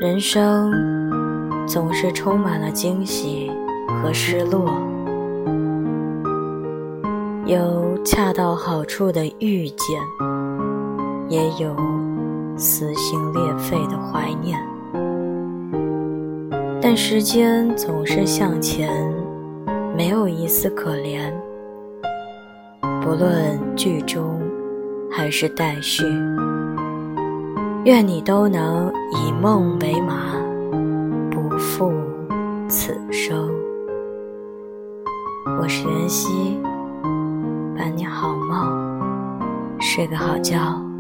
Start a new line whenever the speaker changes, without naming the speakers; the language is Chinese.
人生总是充满了惊喜和失落，有恰到好处的遇见，也有撕心裂肺的怀念。但时间总是向前，没有一丝可怜。不论剧中还是待续，愿你都能以梦为马，不负此生。我是袁熙，伴你好梦，睡个好觉。